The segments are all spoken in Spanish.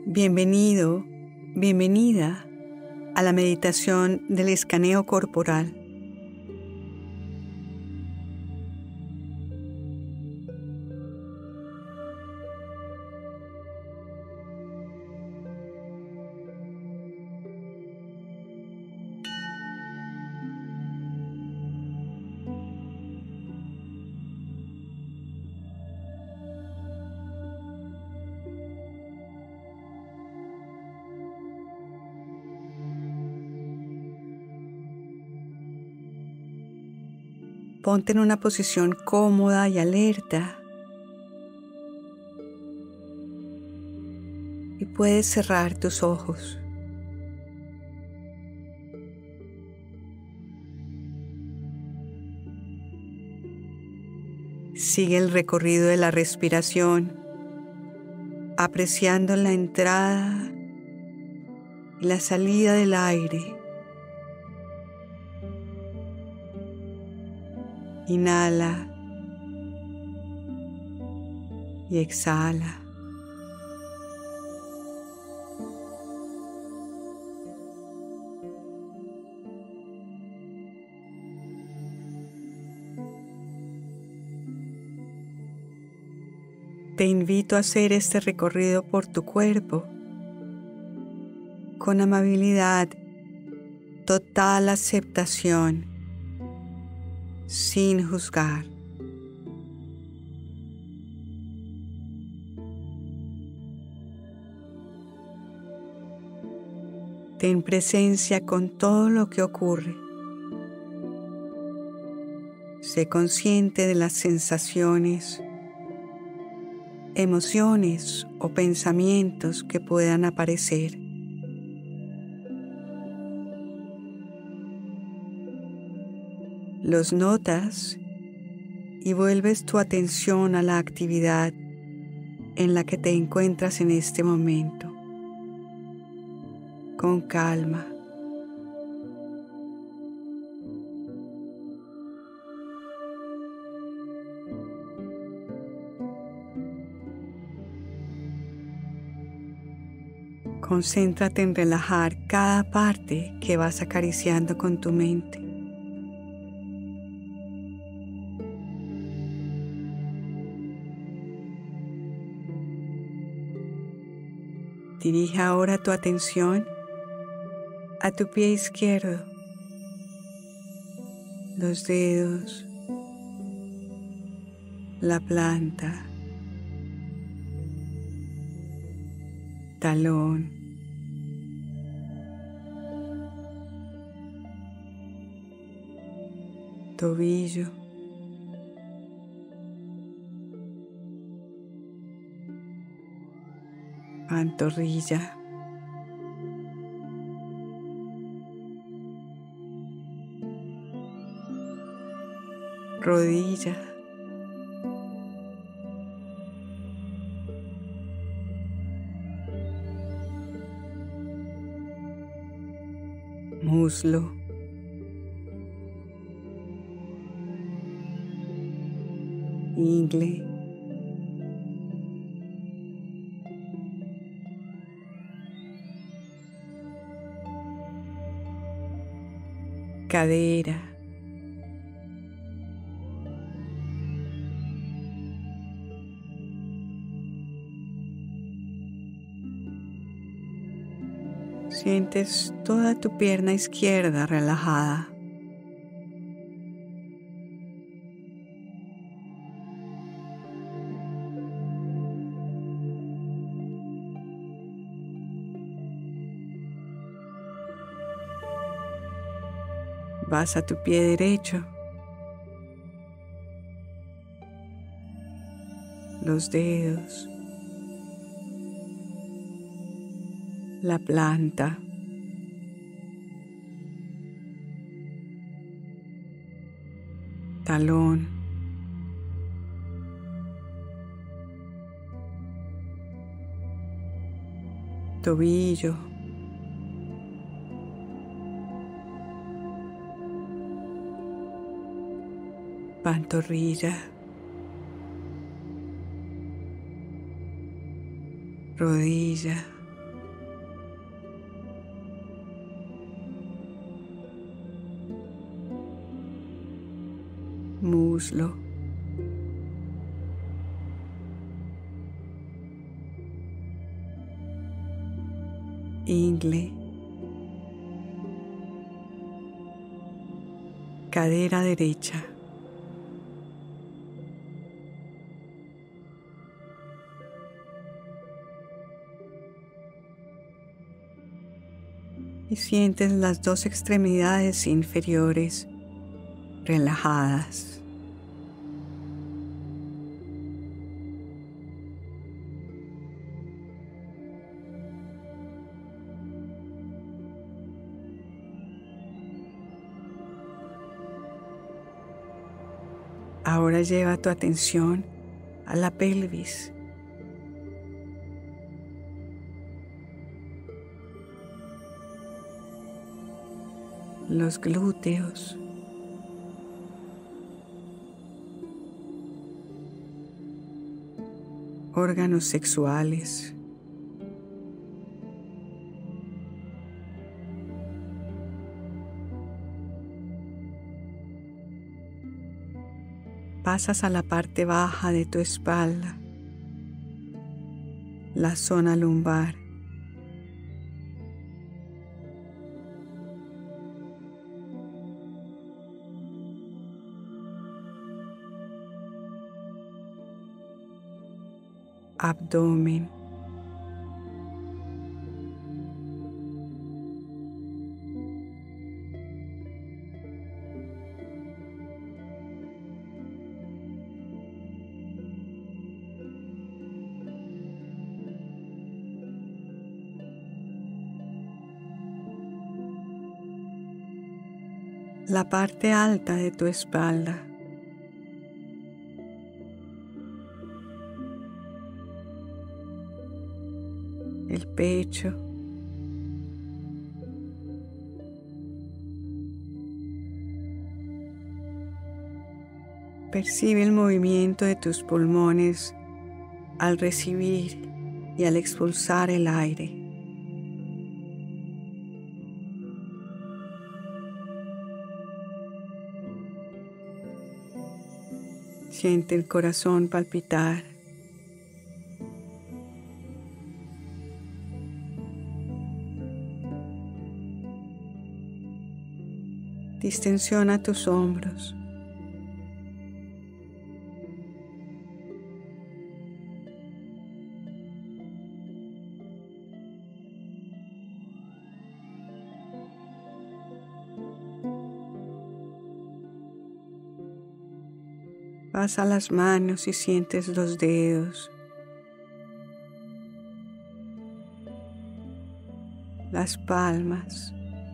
Bienvenido, bienvenida a la meditación del escaneo corporal. Ponte en una posición cómoda y alerta. Y puedes cerrar tus ojos. Sigue el recorrido de la respiración, apreciando la entrada y la salida del aire. Inhala y exhala. Te invito a hacer este recorrido por tu cuerpo con amabilidad, total aceptación, sin juzgar. Ten presencia con todo lo que ocurre. Sé consciente de las sensaciones, emociones o pensamientos que puedan aparecer. Los notas y vuelves tu atención a la actividad en la que te encuentras en este momento. Con calma. Concéntrate en relajar cada parte que vas acariciando con tu mente. Dirige ahora tu atención a tu pie izquierdo, los dedos, la planta, talón, tobillo, pantorrilla, rodilla, muslo, ingle, cadera, sientes toda tu pierna izquierda relajada. Vas a tu pie derecho, los dedos, la planta, talón, tobillo, pantorrilla, rodilla, muslo, ingle, cadera derecha, y sientes las dos extremidades inferiores relajadas. Ahora lleva tu atención a la pelvis. Los glúteos. Órganos sexuales. Pasas a la parte baja de tu espalda, la zona lumbar. Abdomen. La parte alta de tu espalda. El pecho. Percibe el movimiento de tus pulmones al recibir y al expulsar el aire. Siente el corazón palpitar. Distensiona tus hombros. Pasa las manos y sientes los dedos, las palmas,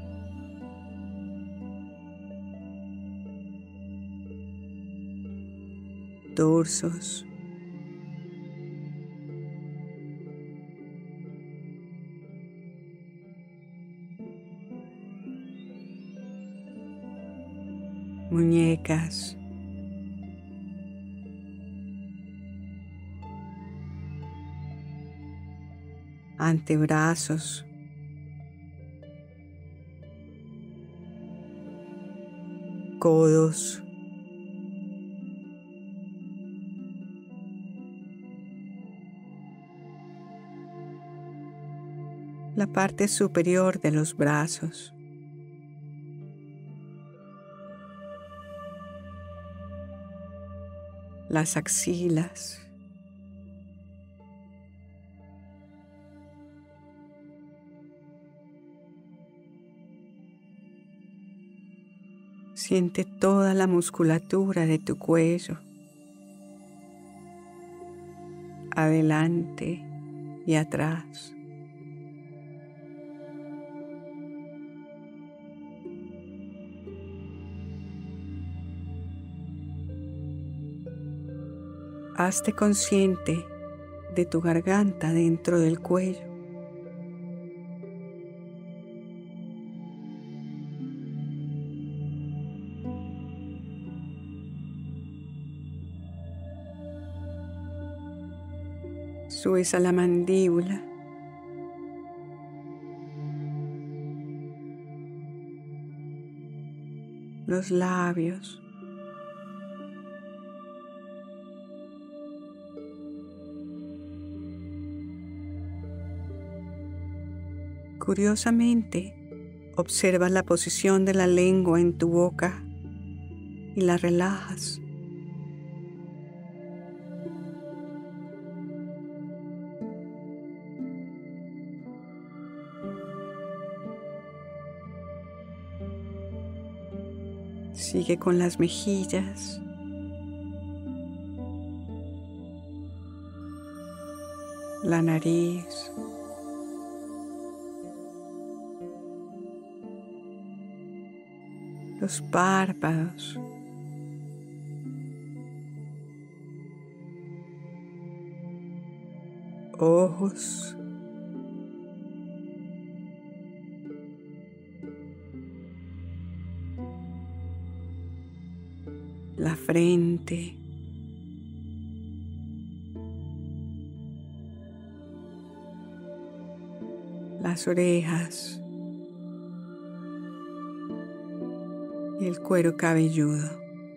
dorsos, muñecas, antebrazos, codos, la parte superior de los brazos, las axilas, siente toda la musculatura de tu cuello, adelante y atrás. Hazte consciente de tu garganta dentro del cuello. Subes a la mandíbula. Los labios. Curiosamente, observas la posición de la lengua en tu boca y la relajas. Sigue con las mejillas, la nariz, los párpados, ojos, la frente, las orejas y el cuero cabelludo.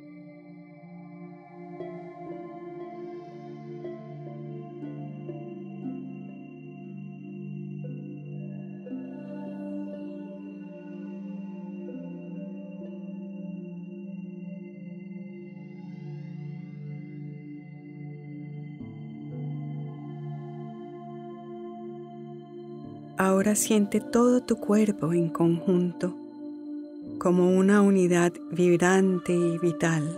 Ahora siente todo tu cuerpo en conjunto, como una unidad vibrante y vital.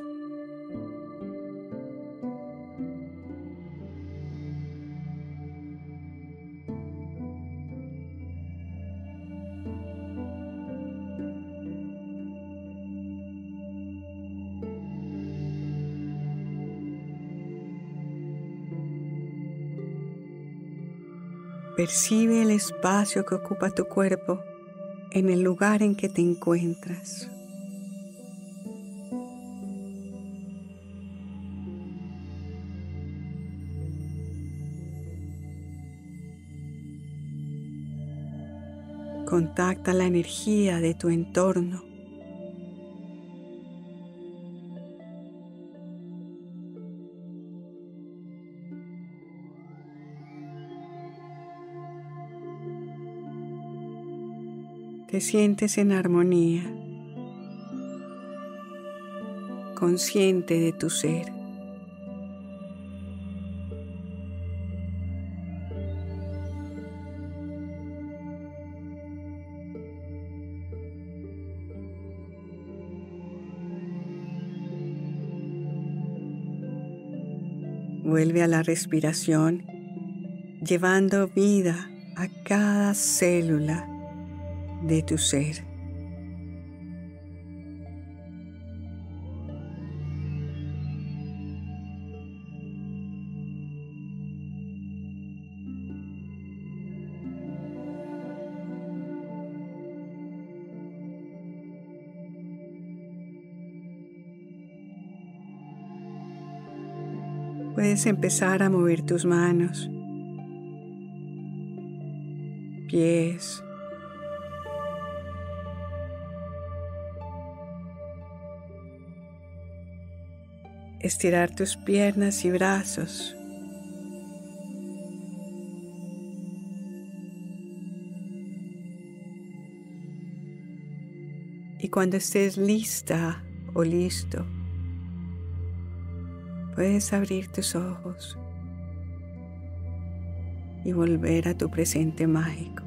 Percibe el espacio que ocupa tu cuerpo en el lugar en que te encuentras. Contacta la energía de tu entorno. Te sientes en armonía, consciente de tu ser. Vuelve a la respiración, llevando vida a cada célula de tu ser. Puedes empezar a mover tus manos, pies, estirar tus piernas y brazos. Y cuando estés lista o listo, puedes abrir tus ojos y volver a tu presente mágico.